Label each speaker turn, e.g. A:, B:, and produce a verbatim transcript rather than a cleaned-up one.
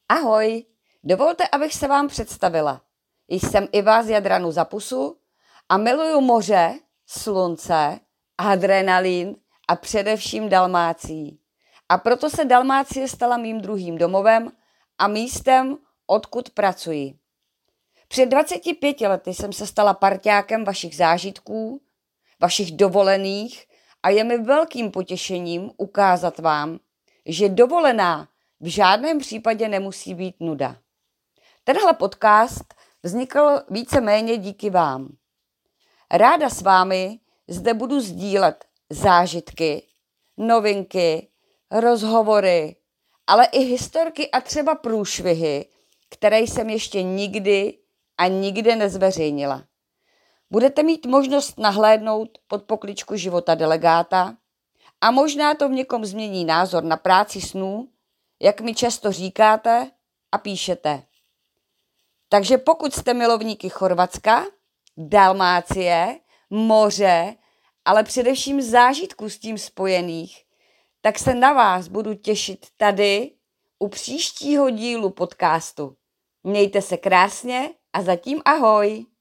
A: Ahoj, dovolte, abych se vám představila. Jsem Iva z Jadranu za pusu a miluju moře, slunce, adrenalin a především Dalmácii. A proto se Dalmácie stala mým druhým domovem a místem, odkud pracuji. Před dvaceti pěti lety jsem se stala parťákem vašich zážitků, vašich dovolených a je mi velkým potěšením ukázat vám, že dovolená v žádném případě nemusí být nuda. Tenhle podcast vznikl víceméně díky vám. Ráda s vámi zde budu sdílet zážitky, novinky, rozhovory, ale i historky a třeba průšvihy, které jsem ještě nikdy a nikde nezveřejnila. Budete mít možnost nahlédnout pod pokličku života delegáta a možná to v někom změní názor na práci snů, jak mi často říkáte a píšete. Takže pokud jste milovníky Chorvatska, Dalmácie, moře, ale především zážitků s tím spojených, tak se na vás budu těšit tady u příštího dílu podcastu. Mějte se krásně a zatím ahoj!